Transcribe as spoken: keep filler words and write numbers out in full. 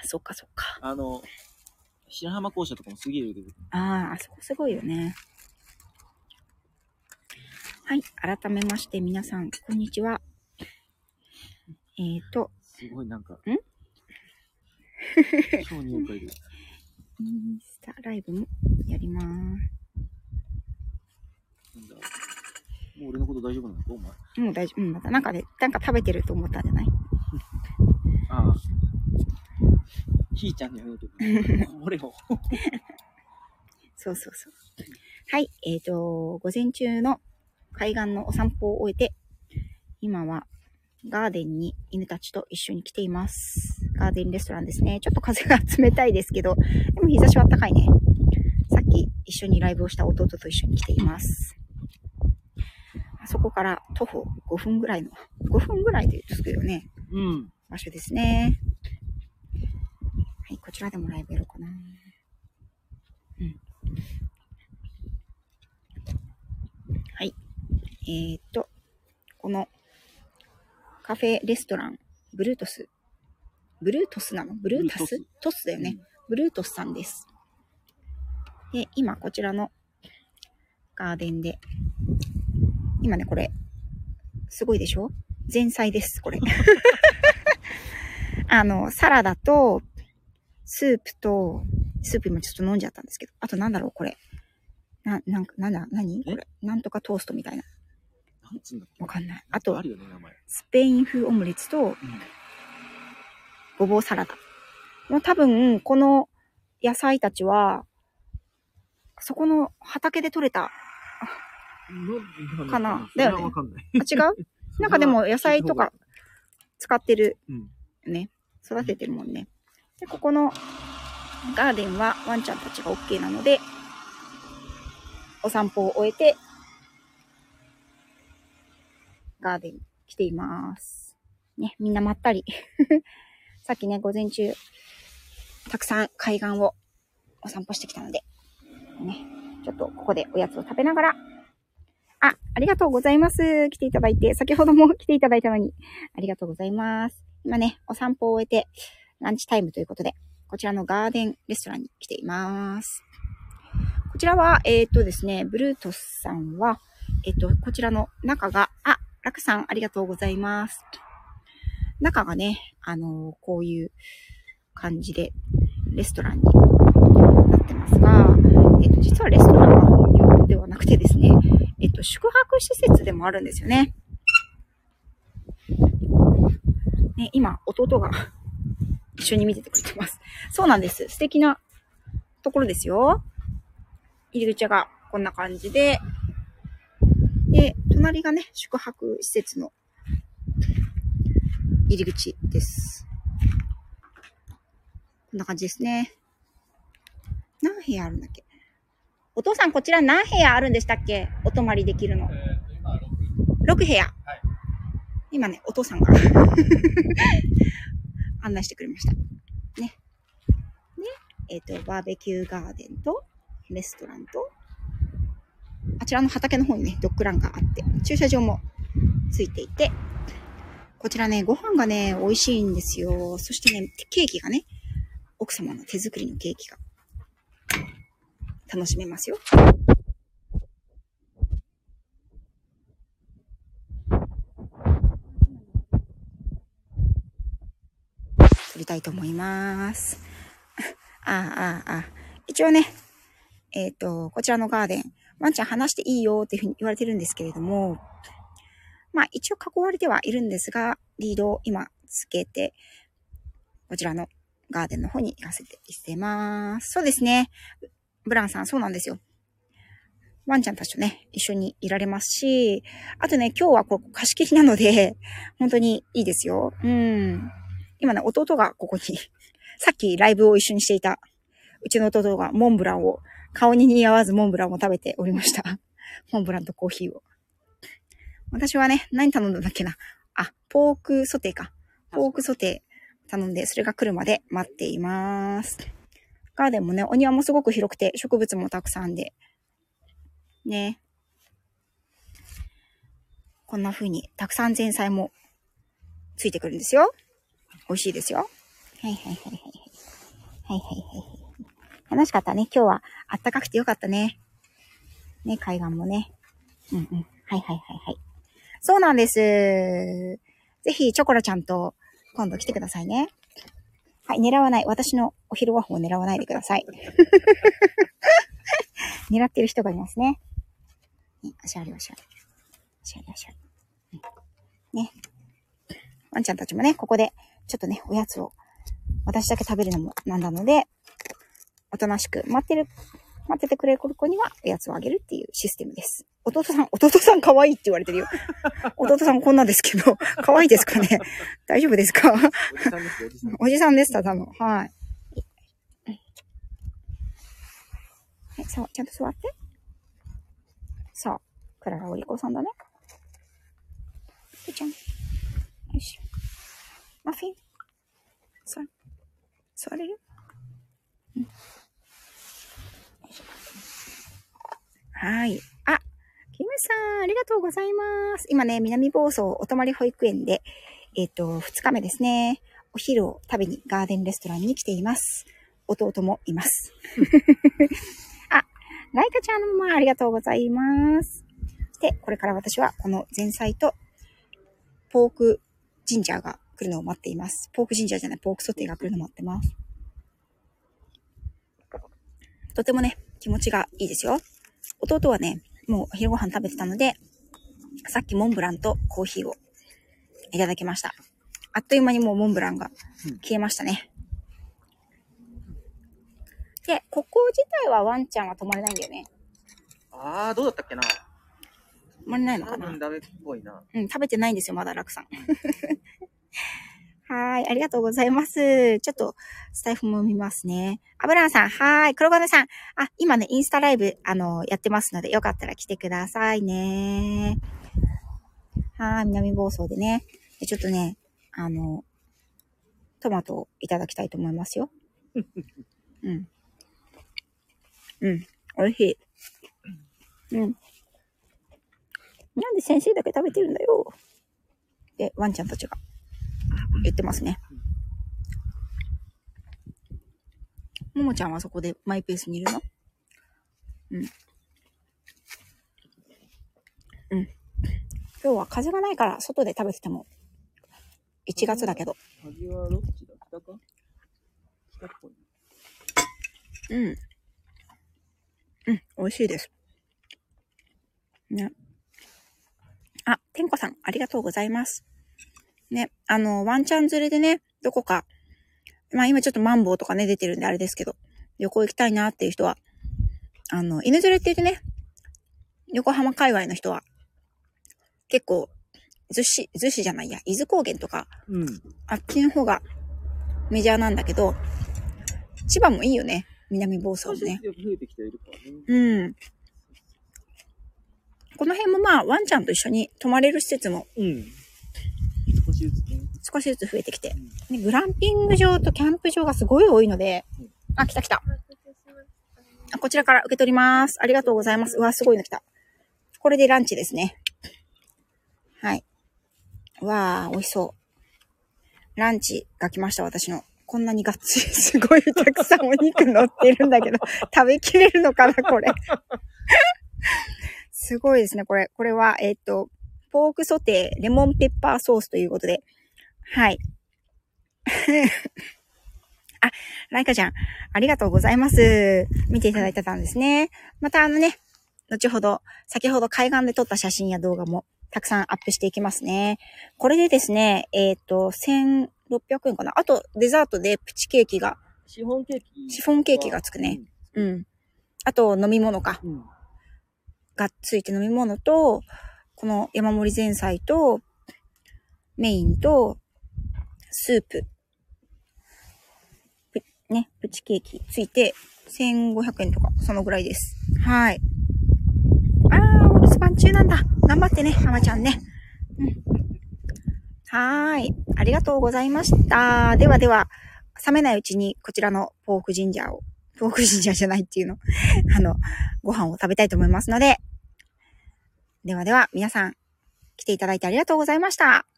そっかそっか。 あの、白浜校舎とかもすげえ出てくる。 ああ、あそこすごいよね。はい。改めまして皆さん、こんにちは。えーと。 すごいなんか。ん超入会で。インスタライブもやりまーす。 なんだ。もう俺のこと大丈夫なのかお前。 もう大丈夫。うん、またなんかね、なんか食べてると思ったんじゃない？ ああ。ひーちゃんのやめとく。俺も。 そうそうそう。はい。えーと、午前中の海岸のお散歩を終えて、今はガーデンに犬たちと一緒に来ています。ガーデンレストランですね。ちょっと風が冷たいですけど、でも日差しは暖かいね。さっき一緒にライブをした弟と一緒に来ています。あそこから徒歩ごふんぐらいの、ごふんぐらいで着くよね。 うん。 場所ですね。はい、こちらでもライブやろうかな。うん。はい。えー、っと、このカフェレストラン、ブルートス。ブルートスなの？ブルータス？トスだよね。ブルートスさんです。で、今こちらのガーデンで、今ね、これ、すごいでしょ？前菜です、これ。あの、サラダと、スープと、スープ今ちょっと飲んじゃったんですけど、あとなんだろう、これ。な、なんか、なんだ、何これ。なんとかトーストみたいな。 なんつうんだっけ？ わかんない。あと、 あるよね、名前。 スペイン風オムレツと、うん、ごぼうサラダ。もう多分、この野菜たちは、そこの畑で採れた、かな。だよね。あ、違う？なんかでも野菜とか使ってる。ね。育ててるもんね。で、ここのガーデンはワンちゃんたちが OK なので、お散歩を終えて、ガーデン来ています。ね、みんなまったり。さっきね、午前中、たくさん海岸をお散歩してきたので、ね、ちょっとここでおやつを食べながら、あ、ありがとうございます。来ていただいて、先ほども来ていただいたのに、ありがとうございます。今ね、お散歩を終えて、ランチタイムということで、こちらのガーデンレストランに来ています。こちらは、えっとですね、ブルートスさんは、えっと、こちらの中が、あ、ラクさん、ありがとうございます。中がね、あの、こういう感じで、レストランになってますが、えっと、実はレストランが本業ではなくてですね、えっと、宿泊施設でもあるんですよね。ね、今、弟が一緒に見ててくれてます。そうなんです。素敵なところですよ。入り口がこんな感じで、で、隣がね、宿泊施設の入り口です。こんな感じですね。何部屋あるんだっけ？お父さん、こちら何部屋あるんでしたっけ？お泊まりできるの。えー、今ろく。ろく部屋。はい、今ね、お父さんが案内してくれました。ね。ね。えっと、バーベキューガーデンと、レストランと、あちらの畑の方にね、ドッグランがあって、駐車場もついていて、こちらね、ご飯がね、美味しいんですよ。そしてね、ケーキがね、奥様の手作りのケーキが楽しめますよ。撮りたいと思います。ああ、ああ。一応ね、えっと、こちらのガーデン、ワンちゃん話していいよっていうふうに言われてるんですけれども、まあ一応囲われてはいるんですが、リードを今つけて、こちらのガーデンの方に行かせていってます。そうですね。ブランさん、そうなんですよ。ワンちゃんたちとね、一緒にいられますし、あとね、今日はここ貸し切りなので、本当にいいですよ。うん。今ね、弟がここに、さっきライブを一緒にしていた、うちの弟がモンブランを、顔に似合わずモンブランを食べておりました。モンブランとコーヒーを。私はね、何頼んだんだっけな。あ、ポークソテーか。ポークソテー頼んで、それが来るまで待っています。ガーデンもね、お庭もすごく広くて、植物もたくさんで、ね。こんな風に、たくさん前菜もついてくるんですよ。美味しいですよ。 はいはいはいはい。はいはいはい。楽しかったね。今日はあったかくてよかったね。ね、海岸もね。うんうん。はいはいはいはい。そうなんです。ぜひ、チョコラちゃんと今度来てくださいね。はい、狙わない。私のお昼ご飯を狙わないでください。狙ってる人がいますね。おしゃれおしゃれ。おしゃれおしゃれ。ね。ワンちゃんたちもね、ここで、ちょっとね、おやつを、私だけ食べるのもなんなので、おとなしく待ってる、待っててくれる子にはおやつをあげるっていうシステムです。弟さん、弟さん可愛いって言われてるよ。弟さんこんなんですけど、可愛いですかね。大丈夫ですか。 おじさんですよ、おじさん。 おじさんです、ただの。はい。はい、そう、ちゃんと座って。そう。クララお利口さんだね。ぺちゃん。よし。マフィン。座る。座れる？うん。はい。あ、キムさん、ありがとうございます。今ね、南房総お泊まり保育園で、えっと、二日目ですね。お昼を食べにガーデンレストランに来ています。弟もいます。あ、ライカちゃんもありがとうございます。で、これから私はこの前菜とポークジンジャーが来るのを待っています。ポークジンジャーじゃない、ポークソテーが来るのを待ってます。とてもね、気持ちがいいですよ。弟はね、もうお昼ご飯食べてたので、さっきモンブランとコーヒーをいただきました。あっという間にもうモンブランが消えましたね。うん、で、ここ自体はワンちゃんは泊まれないんだよね。 あー、どうだったっけな。 泊まれないのかな。 多分ダメっぽいな。 うん、食べてないんですよ、まだ楽さん。はーい、ありがとうございます。ちょっと、スタイフも見ますね。アブランさん、はーい、黒金さん。あ、今ね、インスタライブ、あの、やってますので、よかったら来てくださいね。はーい、南房総でね。でちょっとね、あの、トマトをいただきたいと思いますよ。うん。うん、美味しい。うん。なんで先生だけ食べてるんだよ。で、ワンちゃんたちが言ってますね。ももちゃんはそこでマイペースにいるの？うん。うん。今日は風がないから外で食べててもいちがつだけど。 風はどっちだ？北か？北っぽい。 うん。うん、美味しいです。ね。あ、てんこさん、ありがとうございます。ね、あの、ワンちゃん連れでね、どこか、まあ今ちょっとマンボウとかね、出てるんであれですけど、旅行行きたいなっていう人は、あの、犬連れって言ってね、横浜界隈の人は、結構、逗子、逗子じゃないや、伊豆高原とか、 うん、 あっちの方がメジャーなんだけど、千葉もいいよね、南房総ね。 増えてきているからね。 うん。この辺もまあ、ワンちゃんと一緒に泊まれる施設も、 うん。少しずつね。 少しずつ増えてきて、うん、グランピング場とキャンプ場がすごい多いので、うん、あ、来た来た。あ、こちらから受け取ります。ありがとうございます。うわ、すごいの来た。これでランチですね。はい。うわー、美味しそう。ランチが来ました、私の。こんなにがっつり、すごいたくさんお肉乗ってるんだけど、食べきれるのかな、これ。すごいですね、これ。これは、えっと、ポークソテー、レモンペッパーソースということで。はい。あ、ライカちゃん、ありがとうございます。見ていただいてたんですね。またあのね、後ほど、先ほど海岸で撮った写真や動画もたくさんアップしていきますね。これでですね、えっと、せんろっぴゃくえんかな。あと、デザートでプチケーキが、 シフォンケーキシフォンケーキがつくね。うん。うん、あと、飲み物か。うん、がついて飲み物と、この山盛り前菜と、メインと、スープ。ね、プチケーキついて、せんごひゃくえんとか、そのぐらいです。はい。あー、お留守番中なんだ。頑張ってね、ママちゃんね。うん。はーい。ありがとうございました。ではでは、冷めないうちにこちらのポークジンジャーを、ポークジンジャーじゃないっていうの、あの、ご飯を食べたいと思いますので、ではでは皆さん来ていただいてありがとうございました。